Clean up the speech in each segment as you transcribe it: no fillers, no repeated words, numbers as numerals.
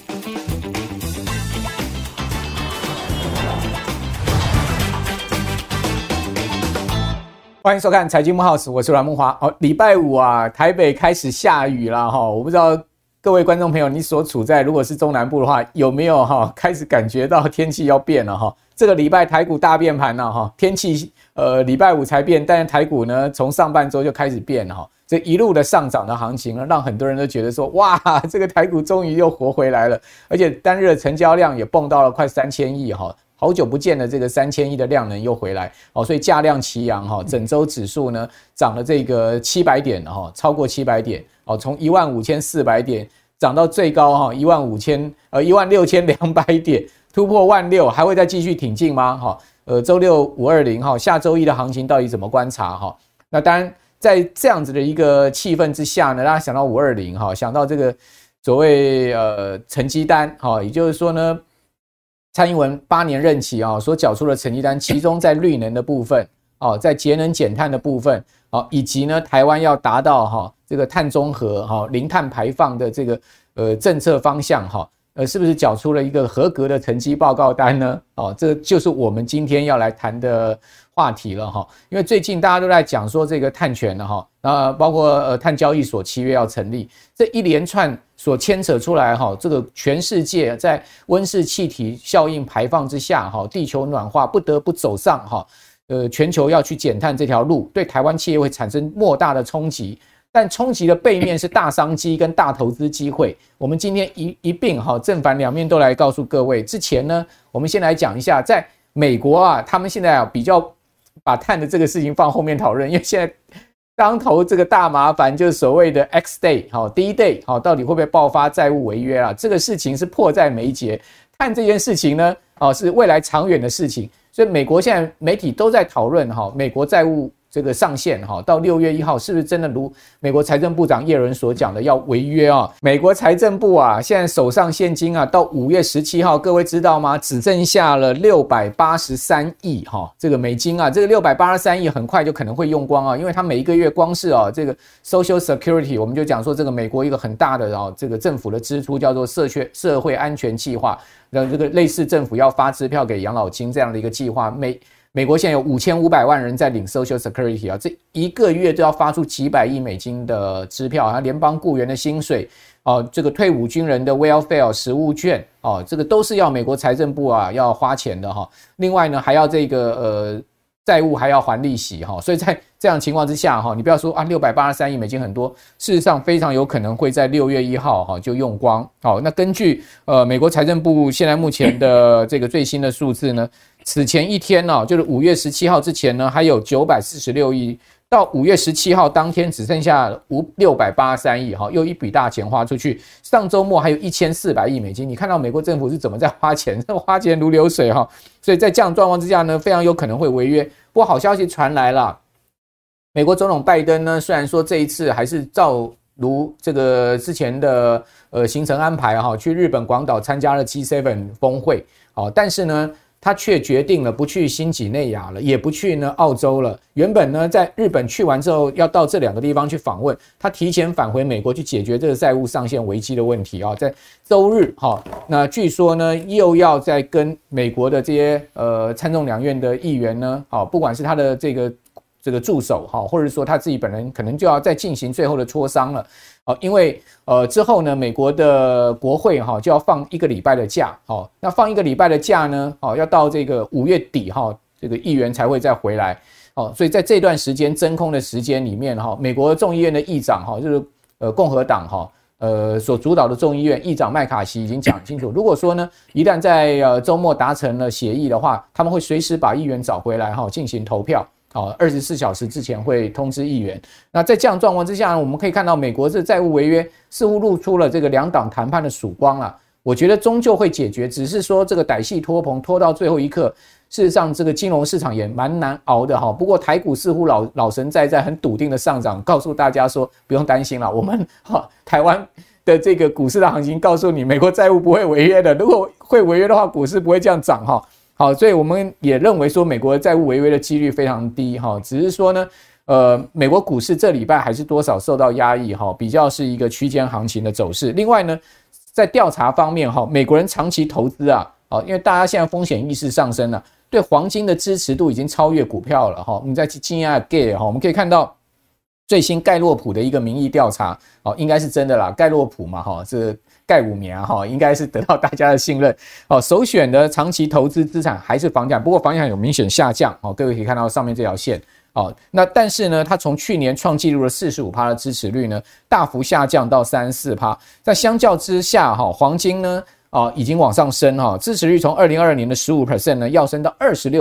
欢迎收看财经木 house， 我是阮慕骅。礼拜五啊，台北开始下雨了哈，我不知道各位观众朋友，你所处在如果是中南部的话，有没有开始感觉到天气要变了哈？这个礼拜台股大变盘了哈，天气礼拜五才变，但是台股呢从上半周就开始变了哈，这一路的上涨的行情呢，让很多人都觉得说，哇，这个台股终于又活回来了，而且单日的成交量也蹦到了快3000亿哈。好久不见的这个3000亿的量能又回来，所以价量齐扬，整周指数呢涨了这个700点，超过700点，从15400点涨到最高16200点，突破16000，还会再继续挺进吗？周六520，下周一的行情到底怎么观察？那当然在这样子的一个气氛之下呢，大家想到520，想到这个所谓成绩单，也就是说呢，蔡英文8年任期所缴出的成绩单，其中在绿能的部分，在节能减碳的部分，以及呢台湾要达到这个碳中和，零碳排放的这个政策方向，是不是缴出了一个合格的成绩报告单呢？这就是我们今天要来谈的话题了哈。因为最近大家都在讲说这个碳权了哈，包括碳交易所7月要成立，这一连串所牵扯出来哈，这个全世界在温室气体效应排放之下哈，地球暖化不得不走上哈，全球要去减碳这条路，对台湾企业会产生莫大的冲击。但冲击的背面是大商机跟大投资机会。我们今天一并正反两面都来告诉各位。之前呢，我们先来讲一下，在美国啊，他们现在比较把碳的这个事情放后面讨论，因为现在当头这个大麻烦就是所谓的 X day， 第1 day， 到底会不会爆发债务违约啊？这个事情是迫在眉睫。碳这件事情呢，是未来长远的事情，所以美国现在媒体都在讨论美国债务这个上限到6月1号是不是真的如美国财政部长耶伦所讲的要违约啊？美国财政部啊，现在手上现金啊，到5月17号，各位知道吗？只剩下了683亿这个美金啊，这个683亿很快就可能会用光啊，因为它每一个月光是这个 Social Security， 我们就讲说这个美国一个很大的这个政府的支出叫做社会安全计划，这个类似政府要发支票给养老金这样的一个计划，美国现在有5500万人在领 Social Security 啊，这一个月都要发出几百亿美金的支票，联邦雇员的薪水，这个退伍军人的 welfare 食物券，这个都是要美国财政部啊要花钱的哈。另外呢，还要这个债务还要还利息哈，所以在这样的情况之下哈，你不要说啊683亿美金很多，事实上非常有可能会在6月1号哈就用光。好，那根据美国财政部现在目前的这个最新的数字呢，此前一天就是5月17号之前呢，还有946亿，到5月17号当天只剩下683亿哈，又一笔大钱花出去。上周末还有1400亿美金，你看到美国政府是怎么在花钱，花钱如流水哈。所以在这样的状况之下呢，非常有可能会违约。不过好消息传来了，美国总统拜登呢，虽然说这一次还是照如这个之前的行程安排哈，去日本广岛参加了 G7 峰会，但是呢，他却决定了不去新几内亚了，也不去呢澳洲了。原本呢，在日本去完之后，要到这2个地方去访问，他提前返回美国去解决这个债务上限危机的问题啊。在周日那据说呢，又要再跟美国的这些参众两院的议员呢，不管是他的这个助手或者说他自己本人，可能就要再进行最后的磋商了。因为之后呢，美国的国会就要放1个礼拜的假，那放1个礼拜的假呢，要到这个5月底这个议员才会再回来，所以在这段时间真空的时间里面美国众议院的议长就是共和党所主导的众议院议长麦卡锡已经讲清楚，如果说呢一旦在周末达成了协议的话，他们会随时把议员找回来进行投票。24小时之前会通知议员。那在这样状况之下呢，我们可以看到美国这债务违约似乎露出了这个两党谈判的曙光了。我觉得终究会解决，只是说这个歹戏拖棚拖到最后一刻，事实上这个金融市场也蛮难熬的哈。不过台股似乎老神在在，很笃定的上涨，告诉大家说不用担心了，我们台湾的这个股市的行情告诉你，美国债务不会违约的，如果会违约的话，股市不会这样涨哈。好，所以我们也认为说美国的债务违约的几率非常低哈，只是说呢，美国股市这礼拜还是多少受到压抑哈，比较是一个区间行情的走势。另外呢， 在调查方面哈，美国人长期投资啊，因为大家现在风险意识上升了，对黄金的支持度已经超越股票了哈。我们在惊讶 gay 哈，我们可以看到最新盖洛普的一个民意调查，应该是真的啦，盖洛普嘛哈，这盖五棉哈，应该是得到大家的信任首选的长期投资资产还是房产，不过房产有明显下降各位可以看到上面这条线那但是呢，它从去年创纪录的 45% 的支持率呢，大幅下降到 34%。在相较之下黄金呢已经往上升支持率从2022年的 15% 呢，要升到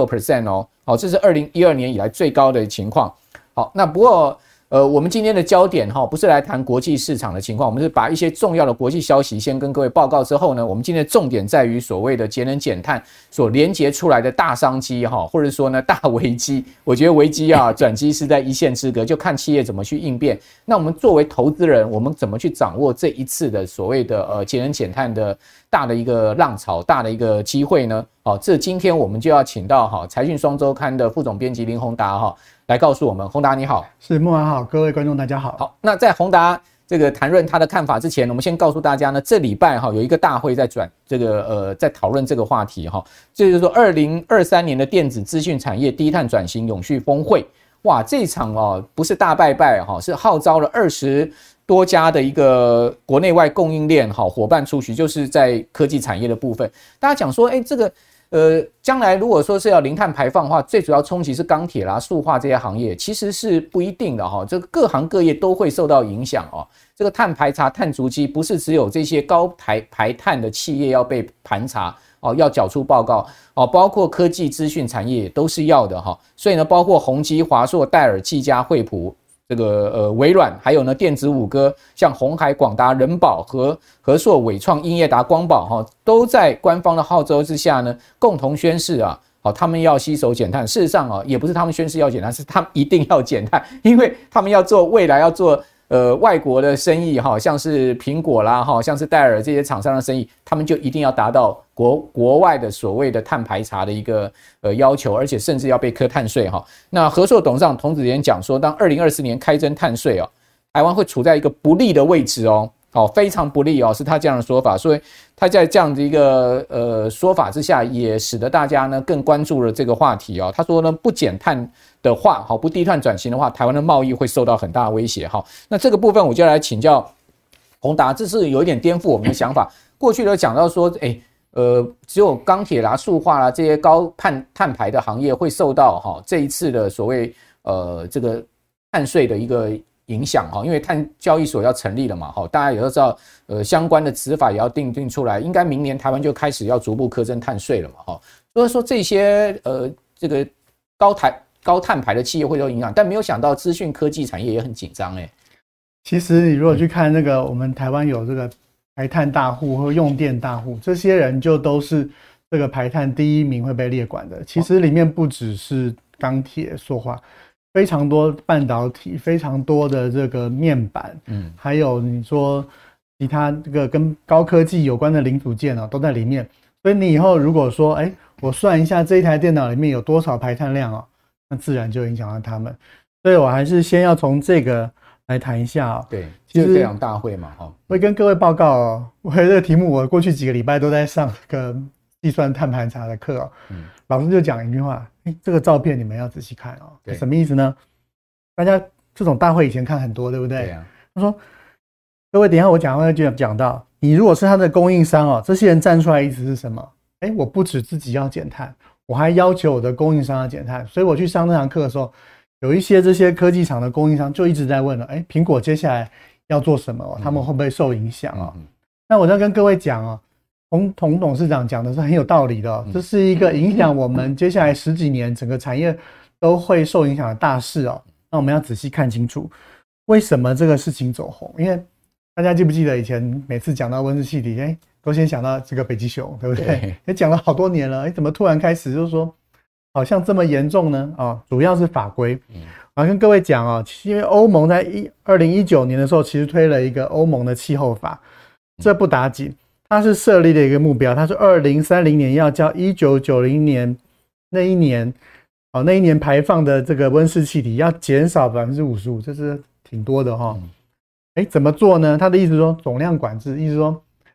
26% 这是2012年以来最高的情况。好，那不过我们今天的焦点不是来谈国际市场的情况，我们是把一些重要的国际消息先跟各位报告之后呢，我们今天的重点在于所谓的节能减碳所连结出来的大商机或者说呢大危机。我觉得危机转机是在一线之隔，就看企业怎么去应变。那我们作为投资人，我们怎么去掌握这一次的所谓的节能减碳的大的一个浪潮，大的一个机会呢？这今天我们就要请到财讯双周刊的副总编辑林宏达来告诉我们。宏达你好。 是，慕骅好，各位观众大家好。 好，那在宏达这个谈论他的看法之前，我们先告诉大家呢，这礼拜有一个大会在在讨论这个话题这就是说2023年的电子资讯产业低碳转型永续峰会。哇，这场不是大拜拜是号召了20多家的一个国内外供应链伙伴出席，就是在科技产业的部分。大家讲说，这个将来如果说是要零碳排放的话，最主要冲击是钢铁啦、塑化这些行业，其实是不一定的这个各行各业都会受到影响这个碳排查、碳足迹不是只有这些高排碳的企业要被盘查要缴出报告包括科技资讯产业都是要的所以呢，包括宏基、华硕、戴尔、技嘉、惠普。这个微软，还有呢电子五哥，像鸿海、广达、人保、和硕、伟创、英业达、光宝都在官方的号召之下呢，共同宣示他们要携手减碳。事实上也不是他们宣誓要减碳，是他们一定要减碳，因为他们要做未来要做外国的生意像是苹果啦像是戴尔这些厂商的生意，他们就一定要达到国外的所谓的碳排查的一个要求，而且甚至要被课碳税那和硕董事长童子贤讲说，当2024年开征碳税台湾会处在一个不利的位置非常不利是他这样的说法。所以他在这样的一个说法之下，也使得大家呢更关注了这个话题他说呢，不减碳的话不低碳转型的话，台湾的贸易会受到很大的威胁那这个部分我就来请教宏达，这是有一点颠覆我们的想法。过去都讲到说只有钢铁啦、塑化啦这些高碳排的行业会受到这一次的所谓这个碳税的一个影响因为碳交易所要成立了嘛大家也都知道相关的执法也要定出来，应该明年台湾就开始要逐步课征碳税了嘛所以说这些这个高碳排的企业会有影响，但没有想到资讯科技产业也很紧张其实你如果去看那个我们台湾有这个排碳大户或用电大户，这些人就都是这个排碳第一名会被列管的。其实里面不只是钢铁、塑化，非常多半导体，非常多的这个面板，还有你说其他这个跟高科技有关的零组件都在里面。所以你以后如果说我算一下这一台电脑里面有多少排碳量那自然就影响到他们。所以我还是先要从这个来谈一下对，其实这场大会嘛会跟各位报告我这个题目我过去几个礼拜都在上这个计算碳盘查的课老师就讲一句话，这个照片你们要仔细看什么意思呢？大家这种大会以前看很多对不对？ 对啊。 他说各位等一下我讲会就讲到，你如果是他的供应商这些人站出来意思是什么？我不止自己要减碳，我还要求我的供应商要减碳。所以我去上那堂课的时候，有一些这些科技厂的供应商就一直在问了，苹果接下来要做什么他们会不会受影响那我要跟各位讲童董事长讲的是很有道理的这是一个影响我们接下来10几年整个产业都会受影响的大事那我们要仔细看清楚为什么这个事情走红。因为大家记不记得以前每次讲到温室气体都先想到这个北极熊对不对？也讲了好多年了怎么突然开始就是说好像这么严重呢主要是法规我要跟各位讲因为欧盟在2019年的时候其实推了一个欧盟的气候法，这不打紧，它是设立了一个目标，它是2030年要较1990年那一年排放的这个温室气体要减少 55%， 这是挺多的怎么做呢？他的意思说总量管制，意思说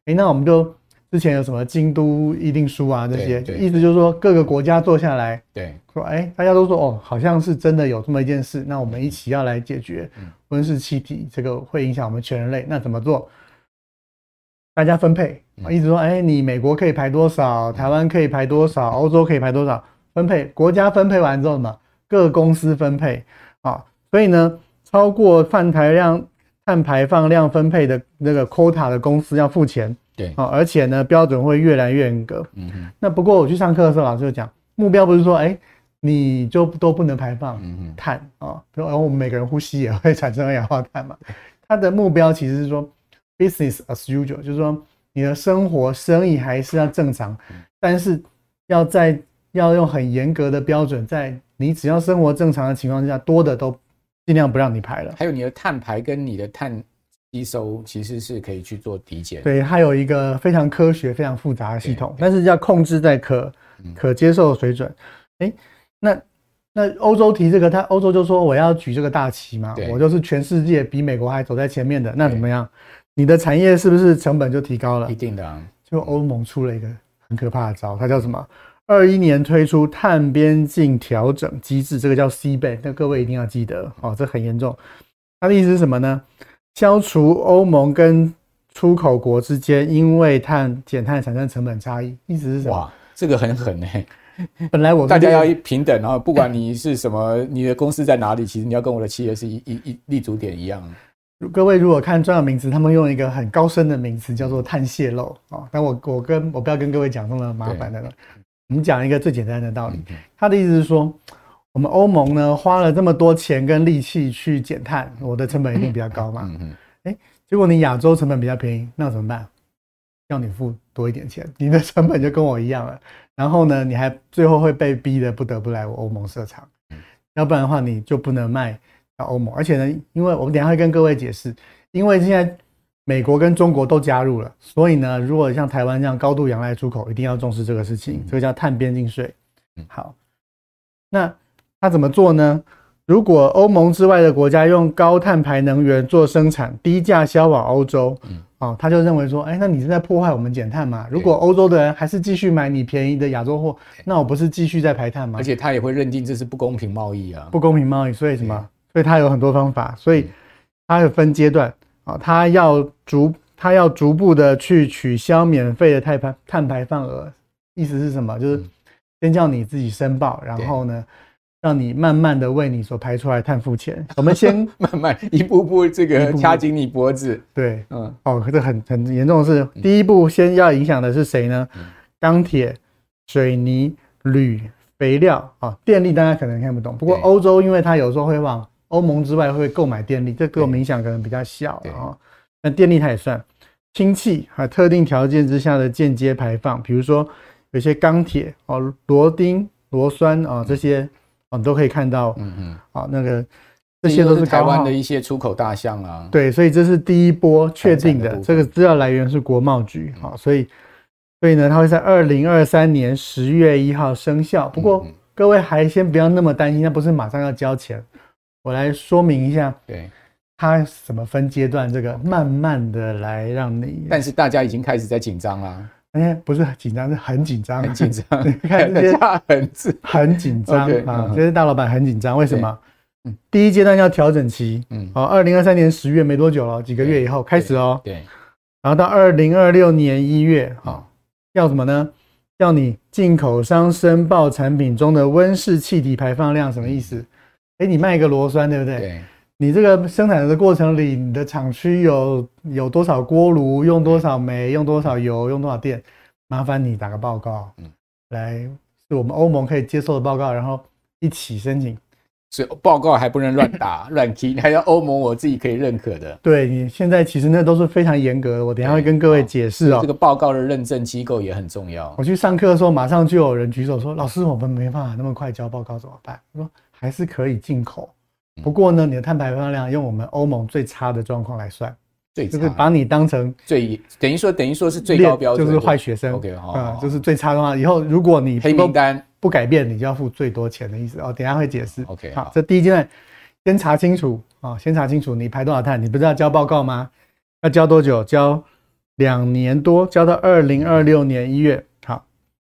那我们就之前有什么京都议定书啊这些， 对意思就是说各个国家坐下来， 对， 说大家都说哦，好像是真的有这么一件事，那我们一起要来解决温室气体这个会影响我们全人类，那怎么做？大家分配，一直说你美国可以排多少，台湾可以排多少，欧洲可以排多少，分配，国家分配完之后什么，各公司分配啊，所以呢，超过碳排放量分配的那个 quota 的公司要付钱， 对， 而且呢，标准会越来越严格。那不过我去上课的时候，老师就讲，目标不是说你就都不能排放碳啊，比如我们每个人呼吸也会产生二氧化碳嘛。它的目标其实是说 business as usual， 就是说你的生意还是要正常，但是要用很严格的标准，在你只要生活正常的情况下，多的都尽量不让你排了。还有你的碳排跟你的碳吸收其实是可以去做抵减。 对，它有一个非常科学、非常复杂的系统，但是要控制在可接受的水准。那欧洲提这个，欧洲就说我要举这个大旗嘛，我就是全世界比美国还走在前面的，那怎么样？你的产业是不是成本就提高了？ 一定的啊。 就欧盟出了一个很可怕的招，它叫什么？21年推出碳边境调整机制，这个叫 CBAM， 那各位一定要记得哦，这很严重。它的意思是什么呢？消除欧盟跟出口国之间因为减碳产生成本差异，意思是什么？ 哇，这个很狠本来大家要平等，然后不管你是什么，你的公司在哪里，其实你要跟我的企业是一立足点一样。 各位如果看专有名词，他们用一个很高深的名词叫做碳泄漏啊，但我不要跟各位讲这么麻烦的了。我们讲一个最简单的道理，他的意思是说，我们欧盟呢花了这么多钱跟力气去减碳，我的成本一定比较高嘛。结果你亚洲成本比较便宜，那怎么办？要你付多一点钱，你的成本就跟我一样了。然后呢，你还最后会被逼的不得不来我欧盟设厂，要不然的话你就不能卖到欧盟。而且呢，因为我们等一下会跟各位解释，因为现在美国跟中国都加入了，所以呢，如果像台湾这样高度仰赖出口，一定要重视这个事情，这个叫碳边境税。好，那他怎么做呢？如果欧盟之外的国家用高碳排能源做生产，低价销往欧洲，他就认为说，那你是在破坏我们减碳嘛？如果欧洲的人还是继续买你便宜的亚洲货，那我不是继续在排碳吗？ 而且他也会认定这是不公平贸易啊， 不公平贸易，所以什么？所以他有很多方法，所以他有分阶段啊，他要逐步的去取消免费的碳排放额，意思是什么？就是先叫你自己申报，然后呢，让你慢慢的为你所排出来碳付钱。我们先慢慢一步步这个掐紧你脖子。 对，这很严重的是，第一步先要影响的是谁呢？钢铁、水泥、铝、肥料啊，电力大家可能看不懂，不过欧洲因为它有时候会往欧盟之外会购买电力，这对我们影响可能比较小啊。那电力它也算，氢气和特定条件之下的间接排放，比如说有些钢铁螺钉、螺栓这些你都可以看到，那个这些都是台湾的一些出口大项啊。 对，所以这是第一波确定的，这个资料来源是国贸局所以呢，它会在2023年10月1号生效。不过各位还先不要那么担心，它不是马上要交钱。我来说明一下，它怎么分阶段，这个慢慢的来让你。 但是大家已经开始在紧张啦。 不是紧张，是很紧张， 很紧张。 看这些很紧张啊，这些大老板很紧张，为什么？第一阶段叫调整期，2023年10月没多久了，几个月以后开始哦。对。然后到2026年1月要什么呢？要你进口商申报产品中的温室气体排放量，什么意思？你卖一个螺栓，对不对？对。你这个生产的过程里，你的厂区有多少锅炉，用多少煤，用多少油，用多少电？麻烦你打个报告，来是我们欧盟可以接受的报告，然后一起申请。 所以报告还不能乱打乱踢，还要欧盟我自己可以认可的。 对，你现在其实那都是非常严格的，我等一下会跟各位解释这个报告的认证机构也很重要。 我去上课的时候，马上就有人举手说：“老师，我们没办法那么快交报告，怎么办？”我说：“还是可以进口。”不过呢，你的碳排放量用我们欧盟最差的状况来算，就是把你当成等于说是最高标准， 就是坏学生。OK， 就是最差的话，以后如果你黑名单不改变，你就要付最多钱的意思。等一下会解释。 OK， 好，这第一阶段先查清楚先查清楚你排多少碳，你不是要交报告吗？要交多久？交 2年多，交到2026年1月。好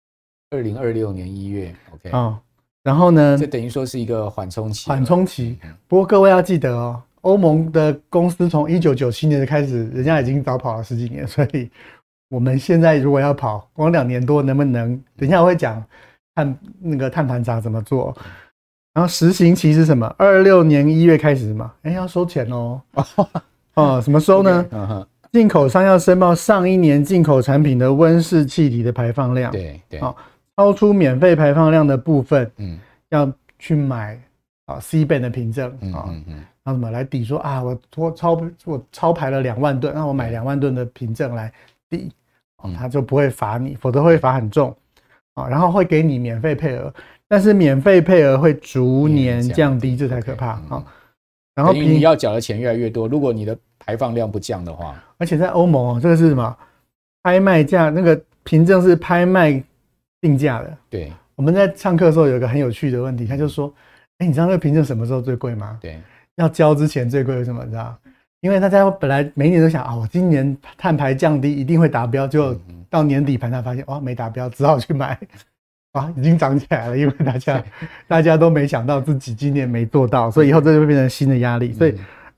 ，2026年1月 ，OK。 然后呢， 这等于说是一个缓冲期。 缓冲期。不过各位要记得哦，欧盟的公司从1997年就开始，人家已经早跑了10几年，所以我们现在如果要跑，光2年多能不能？等一下我会讲碳盘查怎么做。然后实行期是什么？26年1月开始嘛？要收钱哦。什么收呢？进口商要申报上一年进口产品的温室气体的排放量。 对。 超出免费排放量的部分，要去买C band 的凭证然后什么来抵说我超排了2万吨，那我买2万吨的凭证来抵，他就不会罚你，否则会罚很重然后会给你免费配额，但是免费配额会逐年降低，这才可怕然后你要缴的钱越来越多，如果你的排放量不降的话， 而且在欧盟这个是什么？拍卖价，那个凭证是拍卖定价的。 对， 我们在上课的时候有一个很有趣的问题，他就说：“你知道那个凭证什么时候最贵吗？” 对， 要交之前最贵为什么？你知道？因为大家本来每一年都想我今年碳排降低一定会达标，结果到年底盘他发现没达标，只好去买已经涨起来了，因为大家都没想到自己今年没做到，所以以后这就会变成新的压力。所以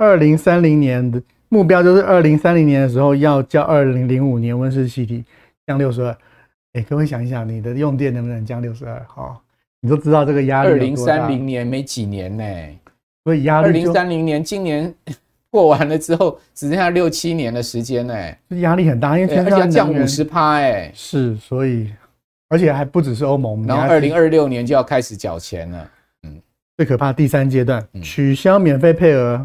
2030年的目标就是2030年的时候要较2005年温室气体降62%。各位想一想，你的用电能不能降62%？你都知道这个压力有多大。 2030年没几年呢， 所以压力 2030年今年过完了之后，只剩下6、7年的时间呢， 压力很大，因为而且要降50% 是，所以而且还不只是欧盟， 然后2026年就要开始缴钱了。 最可怕第3阶段取消免费配额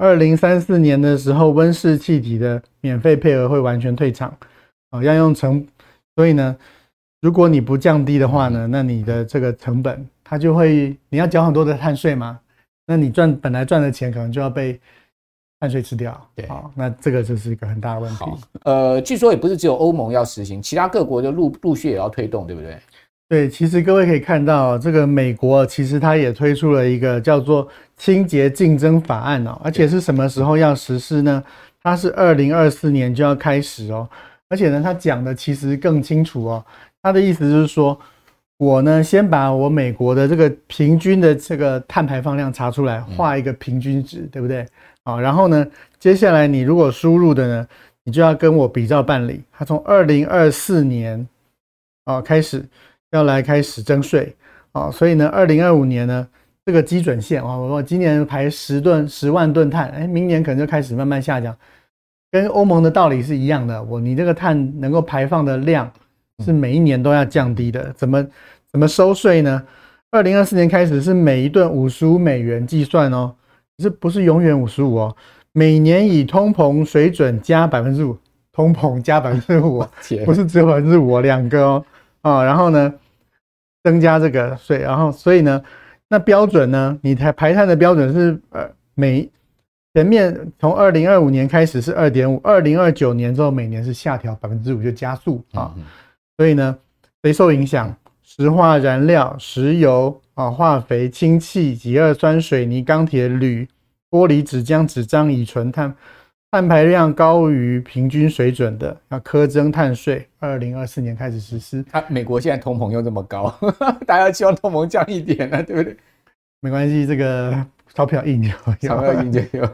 2034年的时候，温室气体的免费配额会完全退场要用所以呢，如果你不降低的话呢，那你的这个成本它就会，你要缴很多的碳税嘛，那你本来赚的钱可能就要被碳税吃掉。 对， 那这个就是一个很大的问题。 据说也不是只有欧盟要实行，其他各国就陆续也要推动，对不对？ 对，其实各位可以看到，这个美国其实它也推出了一个叫做清洁竞争法案而且是什么时候要实施呢？它是2024年就要开始而且呢，它讲的其实更清楚它的意思就是说，我呢先把我美国的这个平均的这个碳排放量查出来，画一个平均值，对不对？然后呢，接下来你如果输入的呢，你就要跟我比照办理。它从2024年开始要来开始征税所以呢，2025年呢这个基准线我今年排10万吨碳，明年可能就开始慢慢下降，跟欧盟的道理是一样的。你这个碳能够排放的量是每一年都要降低的。怎么收税呢？2024年开始是每一吨55美元计算这不是永远55每年以通膨水准加 5%， 通膨加 5%， 不是只有 5%，2个然后呢增加这个税，然后所以呢那标准呢，你排碳的标准是前面从2025年开始是 2.5， 2029年之后每年是下调 5%， 就加速所以呢谁受影响？石化燃料、石油化肥、氢气、己二酸水泥、钢铁、铝、玻璃、纸浆、纸张、乙醇碳排量高于平均水准的要苛征碳税，2024年开始实施。 美国现在通膨又这么高，大家希望通膨降一点对不对？ 没关系，这个钞票印就有。 钞票印就有。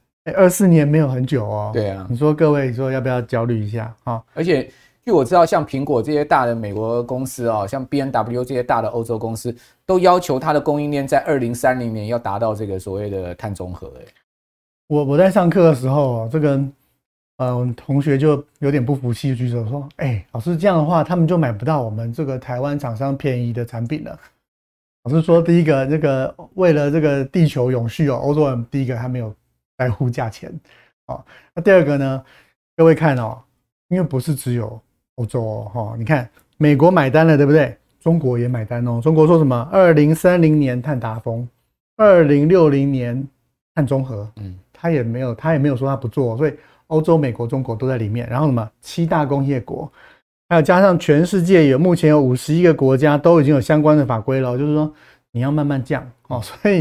24年没有很久对啊， 你说各位说要不要焦虑一下而且据我知道，像苹果这些大的美国公司像 B&W 这些大的欧洲公司，都要求它的供应链在2030年要达到这个所谓的碳中和。 我在上课的时候，这个同学就有点不服气，举手说：“老师这样的话，他们就买不到我们这个台湾厂商便宜的产品了。”老师说，第一个，这个为了这个地球永续欧洲人第一个他没有在乎价钱那第二个呢，各位看因为不是只有欧洲你看美国买单了，对不对？中国也买单中国说什么？2030年碳达峰，2060年碳中和，他也没有说他不做，所以欧洲、美国、中国都在里面。然后什么7大工业国，还有加上全世界目前有51个国家都已经有相关的法规了，就是说你要慢慢降所以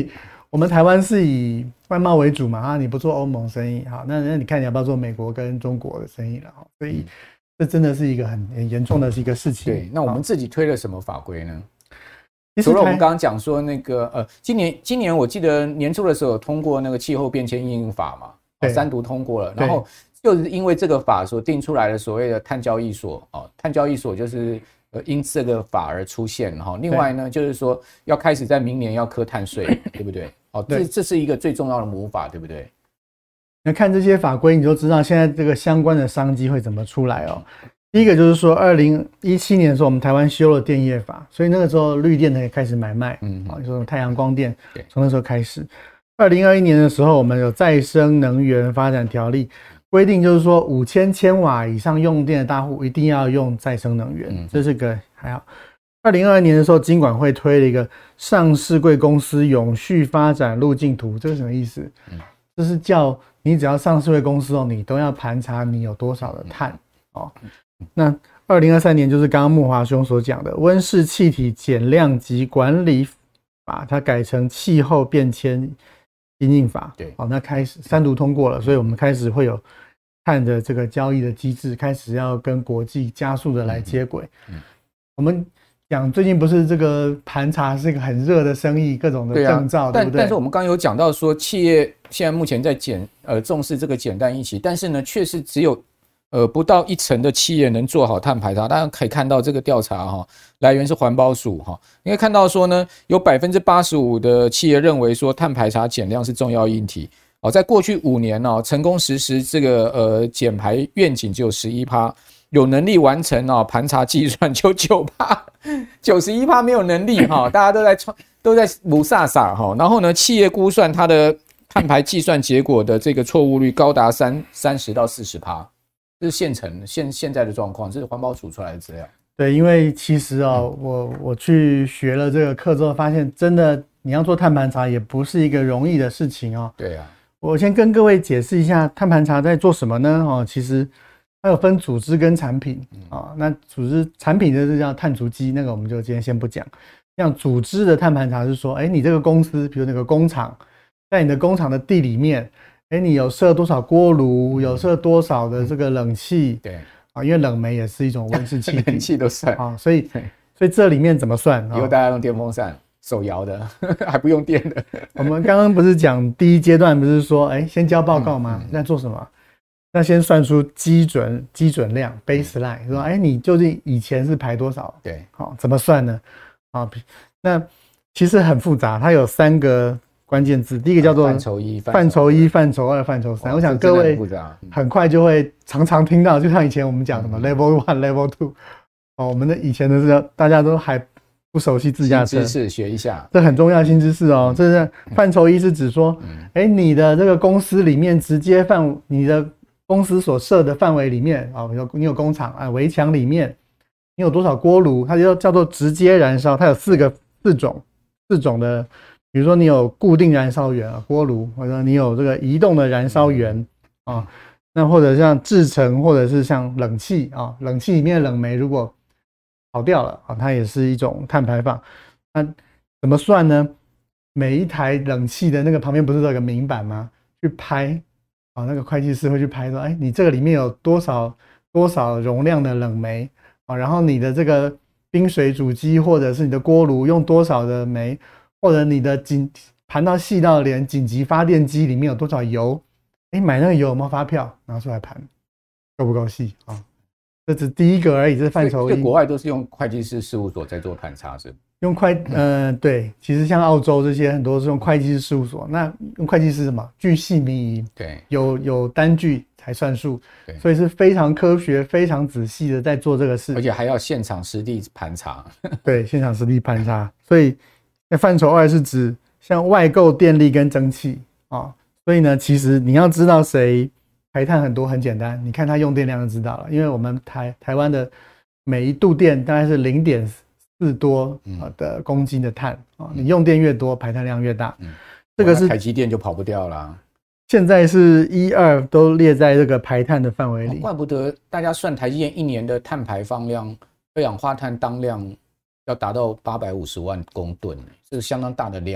我们台湾是以外贸为主嘛，啊，你不做欧盟生意，好，那你看你要不要做美国跟中国的生意了？所以这真的是一个很严重的一个事情。 对，那我们自己推了什么法规呢？除了我们刚刚讲说那个今年我记得年初的时候有通过那个气候变迁因应法嘛，3读通过了，然后就是因为这个法所定出来的所谓的碳交易所碳交易所就是因这个法而出现哈。另外呢，就是说要开始在明年要课碳税，对不对？这是一个最重要的母法，对不对？ 那看这些法规，你就知道现在这个相关的商机会怎么出来哦。第一个就是说，2017年的时候，我们台湾修了电业法，所以那个时候绿电可以开始买卖，就是太阳光电，从那时候开始。2021年的时候，我们有再生能源发展条例，规定就是说5000千瓦以上用电的大户一定要用再生能源，这是个还好。2022年的时候，金管会推了一个上市柜公司永续发展路径图，这是什么意思？这是叫你只要上市柜公司你都要盘查你有多少的碳那2023年就是刚刚慕骅兄所讲的温室气体减量及管理法，它改成气候变迁因应法。对，那开始3读通过了，所以我们开始会有碳的这个交易的机制，开始要跟国际加速的来接轨。我们讲最近不是这个盘查是一个很热的生意，各种的证照，对不对？ 但是我们刚刚有讲到说，企业现在目前在重视这个减碳议题，但是呢，确实只有不到1成的企业能做好碳排查。大家可以看到这个调查来源是环保署你可以看到说呢，有85%的企业认为说碳排查减量是重要议题。在过去5年成功实施这个减排愿景只有 11%， 有能力完成盘查计算就 9%，91% 没有能力大家都在母萨萨然后呢，企业估算它的碳排计算结果的这个错误率高达30%到40%，这是现在的状况，这是环保署出来的资料。 对，因为其实我去学了这个课之后，发现真的你要做碳盘查也不是一个容易的事情对啊。 我先跟各位解释一下碳盘查在做什么呢？其实它有分组织跟产品那组织产品的是叫碳足迹，那个我们就今天先不讲。像组织的碳盘查是说，你这个公司，比如那个工厂，在你的工厂的地里面，你有设多少锅炉，有设多少的这个冷气， 对因为冷媒也是一种温室气体， 冷气都算所以这里面怎么算？ 以后大家用电风扇。手摇的还不用电的。 我们刚刚不是讲第一阶段不是说先交报告吗？那做什么？那先算出基准量 baseline， 说你究竟以前是排多少？ 对， 怎么算呢？那其实很复杂，它有3个关键字，第一个叫做范畴1、范畴2、范畴3。我想各位很快就会常听到，就像以前我们讲什么 level 1、level 2，我们的以前的是大家都还不熟悉自驾车， 新知识学一下， 这很重要的新知识这是范畴1是指说，你的这个公司里面你的公司所设的范围里面你有工厂围墙里面你有多少锅炉，它就叫做直接燃烧，它有四种的，比如说你有固定燃烧源锅炉，或者你有这个移动的燃烧源那或者像制程，或者是像冷气冷气里面的冷媒如果跑掉了它也是一种碳排放。那怎么算呢？每一台冷气的那个旁边不是有个明板吗？去拍那个会计师会去拍说，你这个里面有多少容量的冷媒然后你的这个冰水主机或者是你的锅炉用多少的煤，或者你的盘到细到连紧急发电机里面有多少油，买那个油有没有发票拿出来盘，够不够细这只第一个而已，这是范畴1。 国外都是用会计师事务所在做盘查，是用对，其实像澳洲这些很多是用会计师事务所。那用会计师什么？巨细靡遗， 对， 有单据才算数，所以是非常科学、非常仔细的在做这个事， 而且还要现场实地盘查。 对，现场实地盘查。所以范畴2是指像外购电力跟蒸汽所以呢，其实你要知道谁排碳很多很简单，你看它用电量就知道了。因为我们台湾的每一度电大概是0.4多的公斤的碳你用电越多，排碳量越大。这个是台积电就跑不掉啦。 现在是1、2都列在这个排碳的范围里。 怪不得大家算台积电1年的碳排放量，二氧化碳当量要达到850万公吨，这是相当大的量。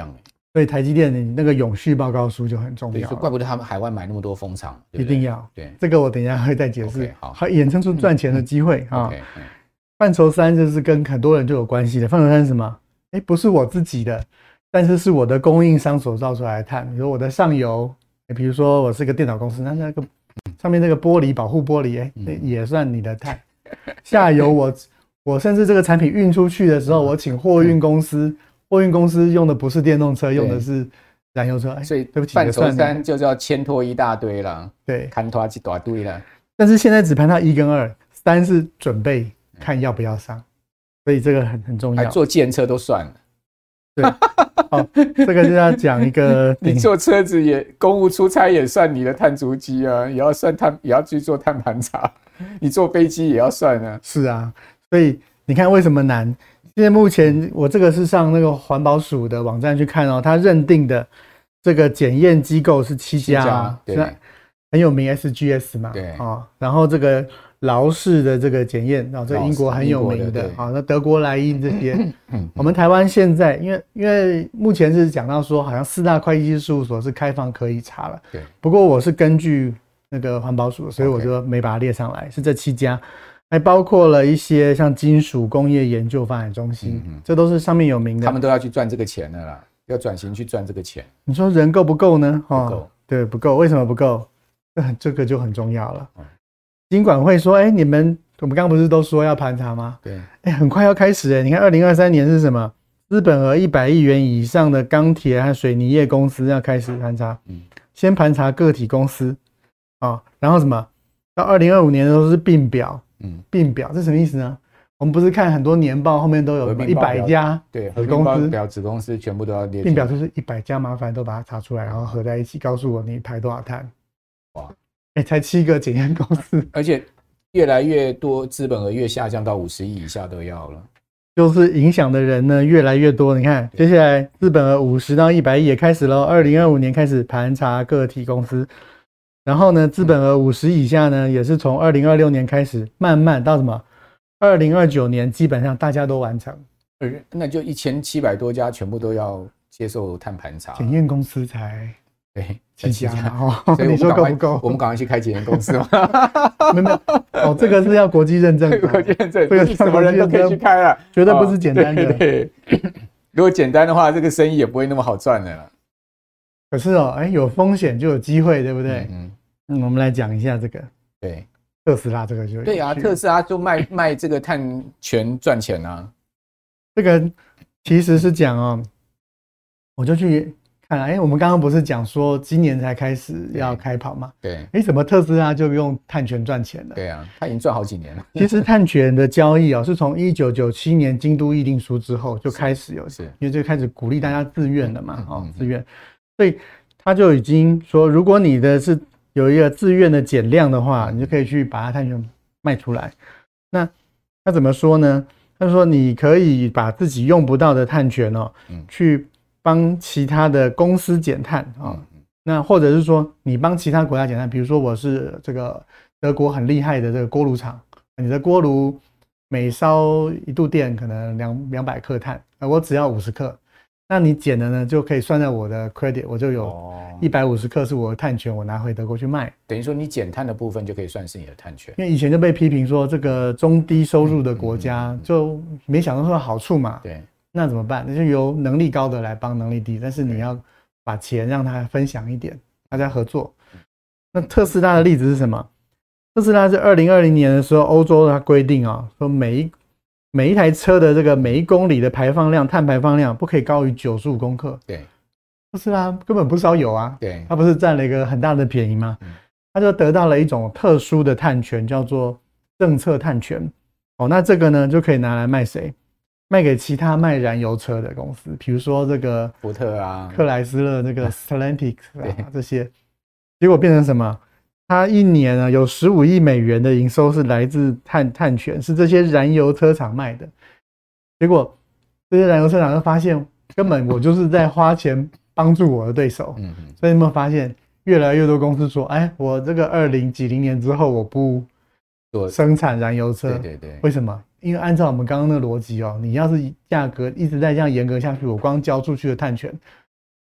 所以台积电你那个永续报告书就很重对， 要了， 所以怪不得他们海外买那么多风场，对一不对定要。 对， 这个我等一下会再解释。 OK， 好， 还衍生出赚钱的机会啊。 OK， 范畴3就是跟很多人就有关系的。范畴3是什么？不是我自己的，但是是我的供应商所造出来的碳。比如我的上游，比如说我是个电脑公司，那个上面那个玻璃保护玻璃，也算你的碳。下游我甚至这个产品运出去的时候，我请货运公司，货运公司用的不是电动车，用的是燃油车。 所以对不起， 范畴3就是要牵拖一大堆了， 对， 看拖一大堆了。 但是现在只盘到1跟2， 3是准备看要不要上，所以这个很重要。 还坐计程车都算了。 对，好，这个就要讲一个， 你坐车子也公务出差也算你的碳足迹啊，也要算碳，也要去做碳盘查。你坐飞机也要算啊。 是啊，所以你看为什么难？现在目前我这个是上那个环保署的网站去看哦，它认定的这个检验机构是7家， 对， 很有名 SGS 嘛， 对然后这个劳氏的这个检验，这英国很有名的，那德国莱茵这些，我们台湾现在因为目前是讲到说，好像4大会计师事务所是开放可以查了， 对， 不过我是根据那个环保署，所以我就没把它列上来，是这7家。还包括了一些像金属工业研究发展中心，这都是上面有名的。 他们都要去赚这个钱的啦，要转型去赚这个钱。 你说人够不够呢？ 不够， 对，不够。为什么不够？这个就很重要了。金管会说，我们刚刚不是都说要盘查吗？ 对， 很快要开始。你看2023年是什么？资本额100亿元以上的钢铁和水泥业公司要开始盘查。先盘查个体公司然后什么？到2025年都是并表。并表这什么意思呢？我们不是看很多年报后面都有100家子公司， 子公司全部都要列。 并表就是100家，麻烦都把它查出来，然后合在一起，告诉我你排多少碳。哇，才7个检验公司， 而且越来越多资本额越下降到50亿以下都要了， 就是影响的人呢越来越多。你看，接下来资本额50到100亿也开始了，2025年开始盘查个体公司。然后呢，资本额50以下呢，也是从2026年开始，慢慢到什么？2029年基本上大家都完成。 那就1700多家全部都要接受碳盘查。 检验公司才对 7家所以你说够不够？ 我们赶快去开检验公司吗？ 没有这个是要国际认证的， 国际认证，这个什么人都可以去开了， 绝对不是简单的。 对，如果简单的话，这个生意也不会那么好赚的了。 可是有风险就有机会，对不对？我们来讲一下这个。 对， 特斯拉这个就对啊，特斯拉就卖这个碳权赚钱啊。 这个其实是讲我就去看我们刚刚不是讲说今年才开始要开跑吗？ 对。 怎么特斯拉就用碳权赚钱了？ 对啊，他已经赚好几年了。 其实碳权的交易是从1997年京都议定书之后就开始有，因为就开始鼓励大家自愿了嘛，自愿，所以他就已经说，如果你的是有一个自愿的减量的话，你就可以去把它碳权卖出来。那他怎么说呢？他说你可以把自己用不到的碳权去帮其他的公司减碳那或者是说你帮其他国家减碳，比如说我是这个德国很厉害的这个锅炉厂，你的锅炉每烧一度电可能200克碳，我只要50克。那你减的呢，就可以算在我的 credit， 我就有150克是我的碳权，我拿回德国去卖。 等于说你减碳的部分就可以算是你的碳权。 因为以前就被批评说，这个中低收入的国家就没想到说好处嘛。 对， 那怎么办？那就由能力高的来帮能力低，但是你要把钱让他分享一点，大家合作。那特斯拉的例子是什么？特斯拉是2020年的时候，欧洲它规定说每一台车的这个每1公里的排放量，碳排放量不可以高于95公克。 对， 特斯拉根本不烧油啊， 对， 它不是占了一个很大的便宜吗？它就得到了一种特殊的碳权，叫做政策碳权。那这个呢就可以拿来卖谁？卖给其他卖燃油车的公司，比如说这个福特啊、 克莱斯勒、这个 Stellantis 这些。结果变成什么？它一年呢有15亿美元的营收是来自碳权，是这些燃油车厂卖的。结果这些燃油车厂就发现，根本我就是在花钱帮助我的对手。所以你有没有发现，越来越多公司说，我这个20几零年之后我不生产燃油车。 对， 为什么？因为按照我们刚刚的逻辑你要是价格一直在这样严格下去，我光交出去的碳权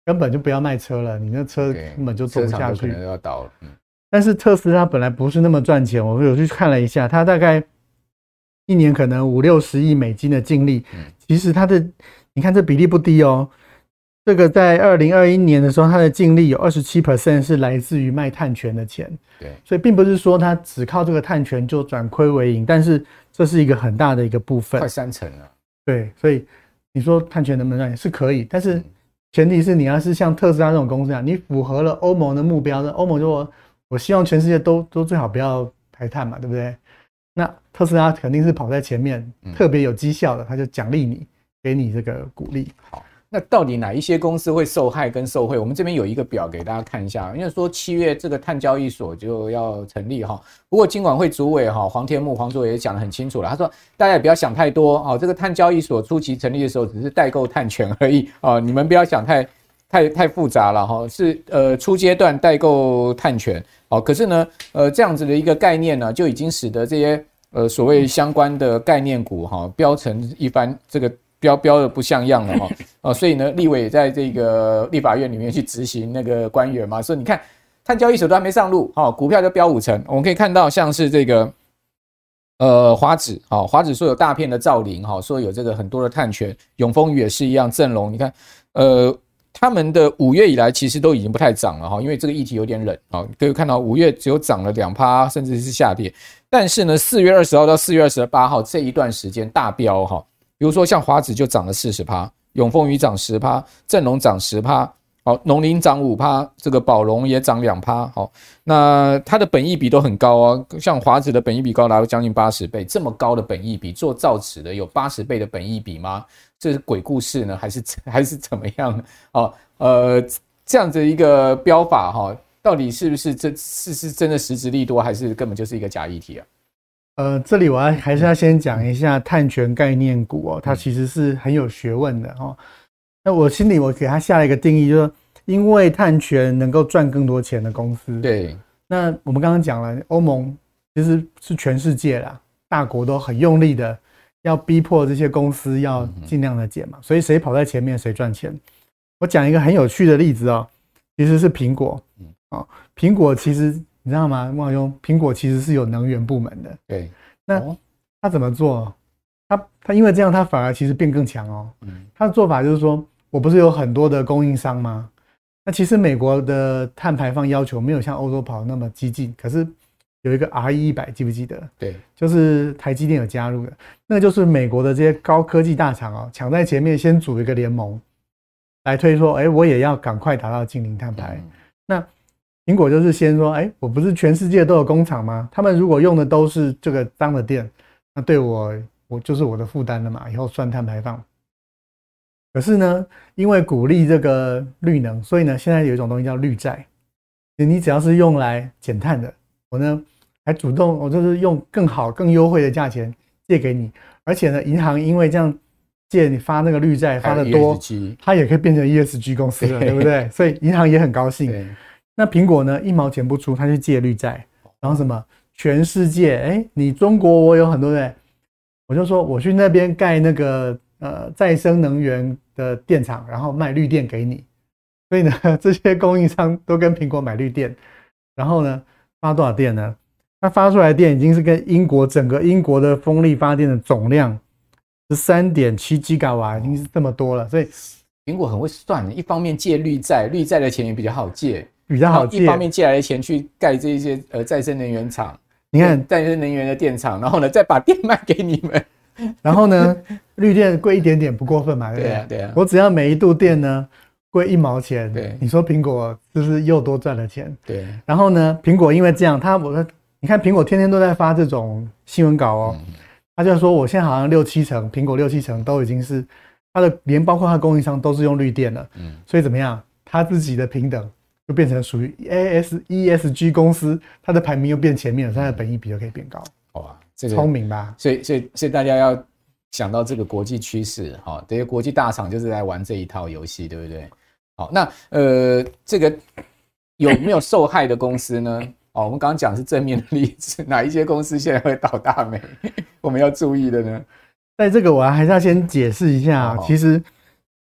根本就不要卖车了，你那车根本就走不下去， 可能要倒了。 但是特斯拉本来不是那么赚钱，我有去看了一下，它大概一年可能50-60亿美金的净利，其实它的你看这比例不低哦。这个在2021年的时候，它的净利有27% 是来自于卖碳权的钱， 对， 所以并不是说它只靠这个碳权就转亏为盈，但是这是一个很大的一个部分， 快30%了。对， 所以你说碳权能不能赚钱是可以，但是前提是你要是像特斯拉这种公司啊，你符合了欧盟的目标，欧盟就我希望全世界都最好不要排碳嘛，对不对？那特斯拉肯定是跑在前面，特别有绩效的，他就奖励你，给你这个鼓励。 好。那到底哪一些公司会受害跟受惠？我们这边有一个表给大家看一下，因为说7月这个碳交易所就要成立哈。不过金管会主委哈黄天牧黄主委也讲得很清楚了，他说大家也不要想太多哦，这个碳交易所初期成立的时候只是代购碳权而已哦，你们不要想太复杂了哈，是初阶段代购碳权哦。可是呢这样子的一个概念呢，就已经使得这些所谓相关的概念股哈飙成一番这个。标的不像样了哈，所以呢，立委也在这个立法院里面去执行那个官员嘛，所以你看，碳交易所都还没上路，股票就飙50%。我们可以看到，像是这个华指，华指说有大片的造林，说有这个很多的碳权，永丰余也是一样，正隆，你看，他们的5月以来其实都已经不太涨了哈，因为这个议题有点冷啊，可以看到5月只有涨了2%，甚至是下跌，但是呢，4月20号到4月28号这一段时间大飙哈。比如说像华指就涨了40%，永丰余涨10%，正隆涨10%，好，农林涨5%，这个宝龙也涨2%，好，那它的本益比都很高哦，像华指的本益比高达将近80倍，这么高的本益比，做造纸的有80倍的本益比吗？这是鬼故事呢，还是怎么样？这样子一个标法哈，到底是不是是真的实质利多，还是根本就是一个假议题啊？ 这里我还是要先讲一下碳权概念股哦，它其实是很有学问的哦。那我心里我给它下了一个定义，就是因为碳权能够赚更多钱的公司。 对。 那我们刚刚讲了，欧盟其实是全世界啦，大国都很用力的要逼迫这些公司要尽量的减嘛，所以谁跑在前面谁赚钱。我讲一个很有趣的例子哦，其实是苹果。苹果其实。你知道吗，孟兄？苹果其实是有能源部门的。 对， 那他怎么做？他因为这样，他反而其实变更强哦。他的做法就是说，我不是有很多的供应商吗？那其实美国的碳排放要求没有像欧洲跑那么激进，可是有一个 RE100，记不记得？ 对， 就是台积电有加入的，那个就是美国的这些高科技大厂哦，抢在前面先组一个联盟，来推说，我也要赶快达到净零碳排。那苹果就是先说，我不是全世界都有工厂吗？他们如果用的都是这个脏的电，那对我就是我的负担了嘛，以后算碳排放。可是呢，因为鼓励这个绿能，所以呢，现在有一种东西叫绿债，你只要是用来减碳的，我呢还主动，我就是用更好、更优惠的价钱借给你，而且呢，银行因为这样借你发那个绿债发的多，它也可以变成 ESG 公司了，对不对？所以银行也很高兴。那苹果呢，1毛钱不出，他去借绿债，然后什么全世界，你中国我有很多的，我就说我去那边盖那个再生能源的电厂，然后卖绿电给你，所以呢，这些供应商都跟苹果买绿电，然后呢发多少电呢？它发出来的电已经是跟整个英国的风力发电的总量13.7 吉瓦，已经是这么多了，所以苹果很会算，一方面借绿债，绿债的钱也比较好借。一方面借来的钱去盖这些再生能源厂， 你看再生能源的电厂，然后呢再把电卖给你们， 然后呢绿电贵一点点不过分嘛，对不对？ 对啊， 我只要每一度电呢贵1毛钱， 对， 你说苹果是不是又多赚了钱？ 对。然后呢，苹果因为这样，你看苹果天天都在发这种新闻稿哦，他就说我现在好像6-7成，苹果6-7成都已经是它的，连包括它的供应商都是用绿电了，所以怎么样？它自己的平等。就变成属于 ESG 公司，它的排名又变前面了，它的本益比就可以变高。 哇，这个聪明吧？ 所以大家要想到这个国际趋势，这些国际大厂就是在玩这一套游戏，对不对？好，那这个有没有受害的公司呢？我们刚刚讲是正面的例子，哪一些公司现在会倒大霉？我们要注意的呢？ 在这个我还是要先解释一下，其实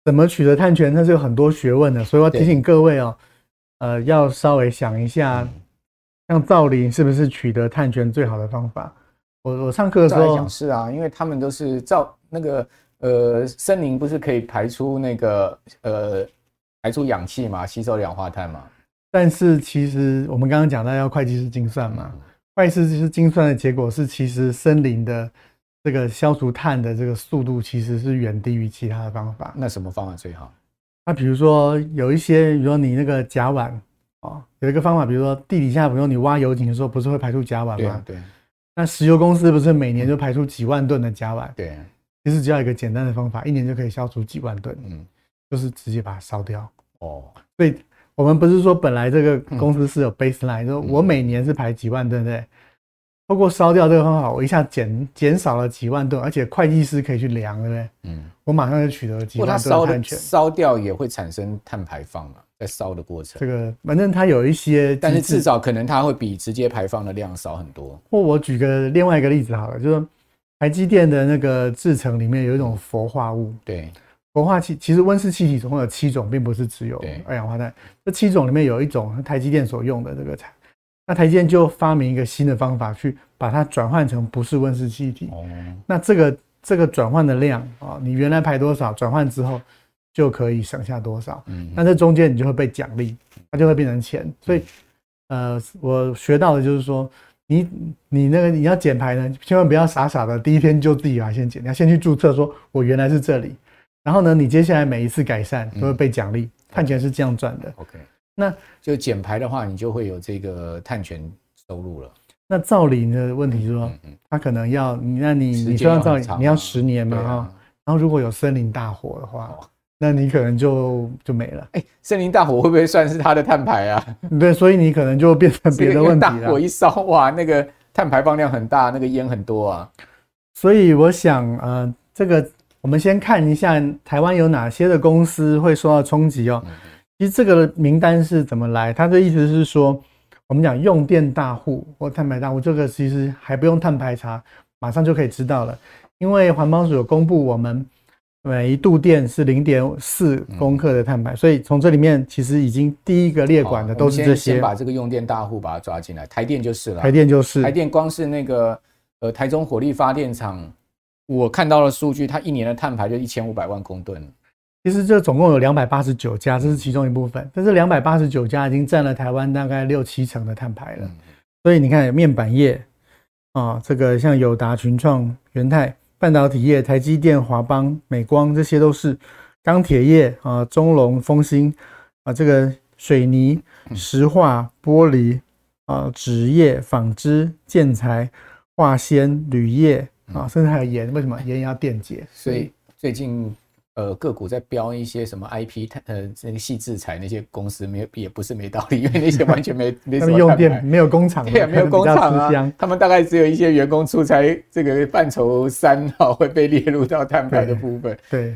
怎么取得碳权，那是有很多学问的，所以我要提醒各位哦，要稍微想一下，像造林是不是取得碳权最好的方法？我上课的时候讲是啊，因为他们都是那个森林不是可以排出那个排出氧气嘛，吸收二氧化碳嘛。 但是其实我们刚刚讲到要会计师精算嘛，会计师精算的结果是，其实森林的这个消除碳的这个速度其实是远低于其他的方法。 那什么方法最好？ 那比如说有一些，比如说你那个甲烷有一个方法，比如说地底下，比如说你挖油井的时候，不是会排出甲烷吗？ 对。 那石油公司不是每年就排出几万吨的甲烷？ 对。 其实只要一个简单的方法，1年就可以消除几万吨，就是直接把它烧掉。所以我们不是说本来这个公司是有 baseline，说我每年是排几万吨，对不对？透过烧掉这个方法，我一下减少了几万吨，而且会计师可以去量，对不对？我马上就取得了几万吨的碳权。 烧掉也会产生碳排放嘛，在烧的过程。 这个反正它有一些， 但是至少可能它会比直接排放的量少很多。 或我举个另外一个例子好了，就是台积电的那个制程里面有一种氟化物。 对。 氟化气其实温室气体总共有7种，并不是只有二氧化碳。这7种里面有一种台积电所用的这个产，那台积电就发明一个新的方法去把它转换成不是温室气体。那这个转换的量你原来排多少，转换之后就可以省下多少。那这中间你就会被奖励，它就会变成钱。所以我学到的就是说，你要减排呢，千万不要傻傻的第一天就自己把它先减，你要先去注册说我原来是这里。然后呢，你接下来每一次改善都会被奖励，碳权是这样赚的。 OK， 那就减排的话，你就会有这个碳权收入了。 那造林的问题是说，它可能要你说要造林，你要10年嘛然后如果有森林大火的话，那你可能就没了。 森林大火会不会算是它的碳排啊？ 对，所以你可能就变成别的问题了。 大火一烧，哇，那个碳排放量很大，那个烟很多啊。 所以我想，这个。我们先看一下台湾有哪些的公司会受到冲击哦。其实这个名单是怎么来？它的意思是说，我们讲用电大户或碳排大户，这个其实还不用碳排查，马上就可以知道了。因为环保署有公布，我们每一度电是0.4公克的碳排，所以从这里面其实已经第一个列管的都是这些。 先把这个用电大户把它抓进来，台电就是了。台电光是那个台中火力发电厂。我看到了数据，它1年的碳排就1500万公吨。 其实这总共有289家，这是其中一部分。但是289家已经占了台湾大概6-7成的碳排了。所以你看，面板业这个像友达、群创、元泰、半导体业、台积电、华邦、美光，这些都是钢铁业中龙、丰兴这个水泥、石化、玻璃纸业、纺织、建材、化纤、铝业。甚至还有盐，为什么盐要电解？ 所以最近个股在标一些什么 IP 那个细制裁那些公司也不是没道理，因为那些完全没什么用电，没有工厂， 对，没有工厂啊，他们大概只有一些员工出差，这个范畴3会被列入到碳排的部分。 对，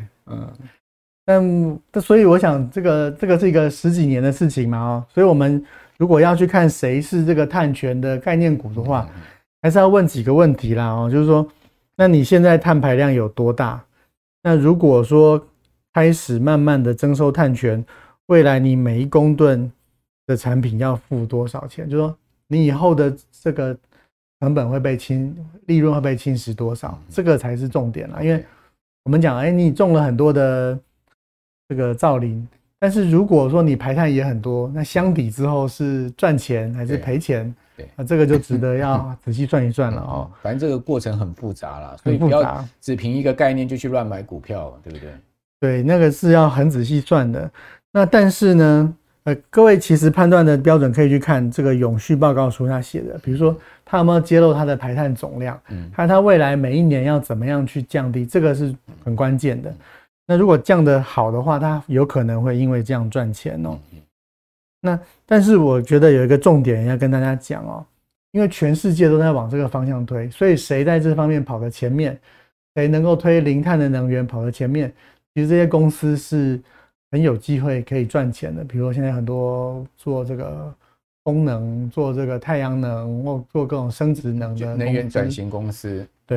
所以我想这个是一个10几年的事情嘛所以我们如果要去看谁是这个碳权的概念股的话，还是要问几个问题啦就是说。那你现在碳排量有多大？那如果说开始慢慢的征收碳权，未来你每1公吨的产品要付多少钱？就是说你以后的这个成本会被利润会被侵蚀多少？这个才是重点啦。因为我们讲，你种了很多的这个造林，但是如果说你排碳也很多，那相抵之后是赚钱还是赔钱？这个就值得要仔细算一算了反正这个过程很复杂啦，所以不要只凭一个概念就去乱买股票，对不对？ 对，那个是要很仔细算的。那但是呢，各位其实判断的标准可以去看这个永续报告书他写的，比如说他有没有揭露他的排碳总量，还有他未来每1年要怎么样去降低，这个是很关键的。那如果降得好的话，他有可能会因为这样赚钱那但是我觉得有一个重点要跟大家讲因为全世界都在往这个方向推，所以谁在这方面跑得前面，谁能够推零碳的能源跑得前面，其实这些公司是很有机会可以赚钱的。比如说现在很多做这个风能、做这个太阳能或做各种生质能的能源转型公司， 对，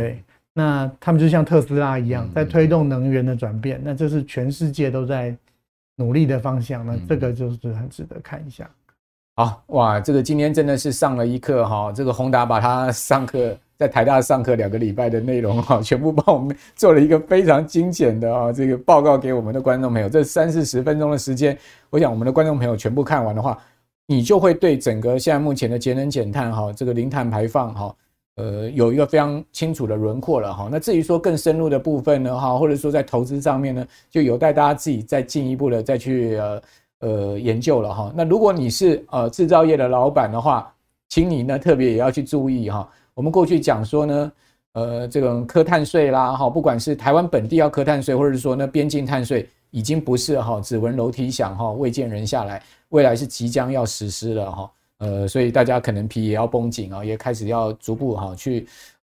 那他们就像特斯拉一样，在推动能源的转变，那这是全世界都在努力的方向，那这个就是很值得看一下。 好哇，这个今天真的是上了一课哈，这个宏达把他上课在台大上课2个礼拜的内容哈，全部帮我们做了一个非常精简的啊这个报告给我们的观众朋友。这30-40分钟的时间，我想我们的观众朋友全部看完的话，你就会对整个现在目前的节能减碳哈，这个零碳排放哈，有一个非常清楚的轮廓了哈。那至于说更深入的部分呢哈，或者说在投资上面呢，就有待大家自己再进一步的再去研究了哈。那如果你是制造业的老板的话，请你呢特别也要去注意哈。我们过去讲说呢，这种课碳税啦哈，不管是台湾本地要课碳税，或者是说呢边境碳税，已经不是哈只闻楼梯响哈未见人下来，未来是即将要实施了哈。所以大家可能皮也要绷紧啊，也开始要逐步哈去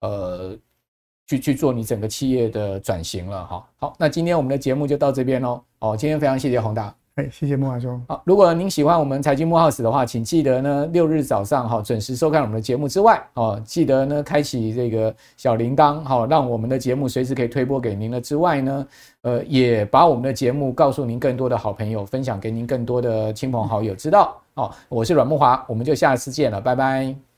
做你整个企业的转型了哈。好，那今天我们的节目就到这边喽。哦，今天非常谢谢宏达。 谢谢木华兄。 好，如果您喜欢我们财经木 house 的话，请记得呢6日早上准时收看我们的节目之外，记得呢开启这个小铃铛，让我们的节目随时可以推播给您了之外呢，也把我们的节目告诉您更多的好朋友，分享给您更多的亲朋好友知道。我是阮木华，我们就下次见了，拜拜。